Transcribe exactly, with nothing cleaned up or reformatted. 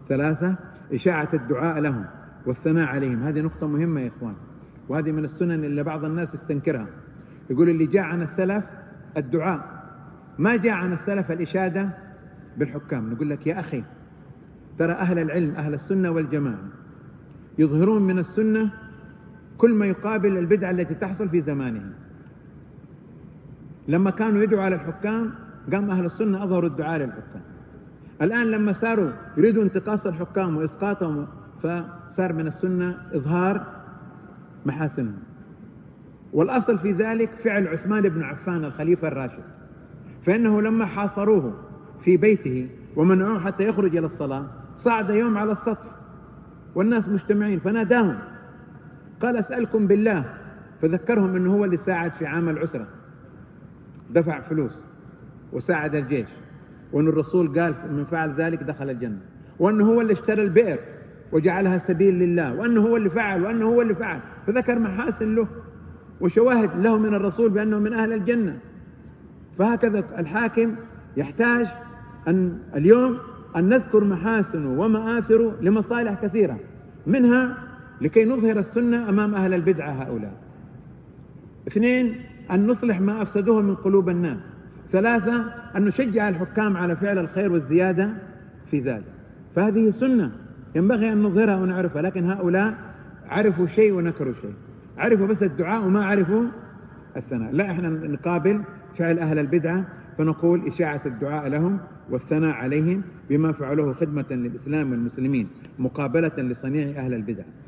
ثلاثة إشاعة الدعاء لهم والثناء عليهم. هذه نقطة مهمة يا إخوان، وهذه من السنن اللي بعض الناس يستنكرها. يقول اللي جاء عن السلف الدعاء، ما جاء عن السلف الإشادة بالحكام. نقول لك يا أخي، ترى أهل العلم أهل السنة والجماعة يظهرون من السنة كل ما يقابل البدعة التي تحصل في زمانهم. لما كانوا يدعوا على الحكام قام أهل السنة أظهروا الدعاء للحكام. الآن لما صاروا يريدوا انتقاص الحكام وإسقاطهم، فصار من السنة إظهار محاسنهم. والأصل في ذلك فعل عثمان بن عفان الخليفة الراشد، فإنه لما حاصروه في بيته ومنعوه حتى يخرج إلى الصلاة، صعد يوم على السطح والناس مجتمعين فناداهم قال أسألكم بالله، فذكرهم أنه هو اللي ساعد في عام العسرة، دفع فلوس وساعد الجيش، وأن الرسول قال من فعل ذلك دخل الجنة، وأنه هو اللي اشترى البئر وجعلها سبيل لله، وأنه هو اللي فعل وأنه هو اللي فعل، فذكر محاسن له وشواهد له من الرسول بأنه من أهل الجنة. فهكذا الحاكم يحتاج أن اليوم أن نذكر محاسنه ومآثره لمصالح كثيرة، منها لكي نظهر السنة أمام أهل البدعة هؤلاء. اثنين، أن نصلح ما أفسدوه من قلوب الناس. ثلاثة، أن نشجع الحكام على فعل الخير والزيادة في ذلك. فهذه سنة ينبغي أن نظهرها ونعرفها، لكن هؤلاء عرفوا شيء ونكروا شيء، عرفوا بس الدعاء وما عرفوا الثناء. لا، احنا نقابل فعل أهل البدعة فنقول إشاعة الدعاء لهم والثناء عليهم بما فعلوه خدمة للإسلام والمسلمين مقابلة لصنيع أهل البدع.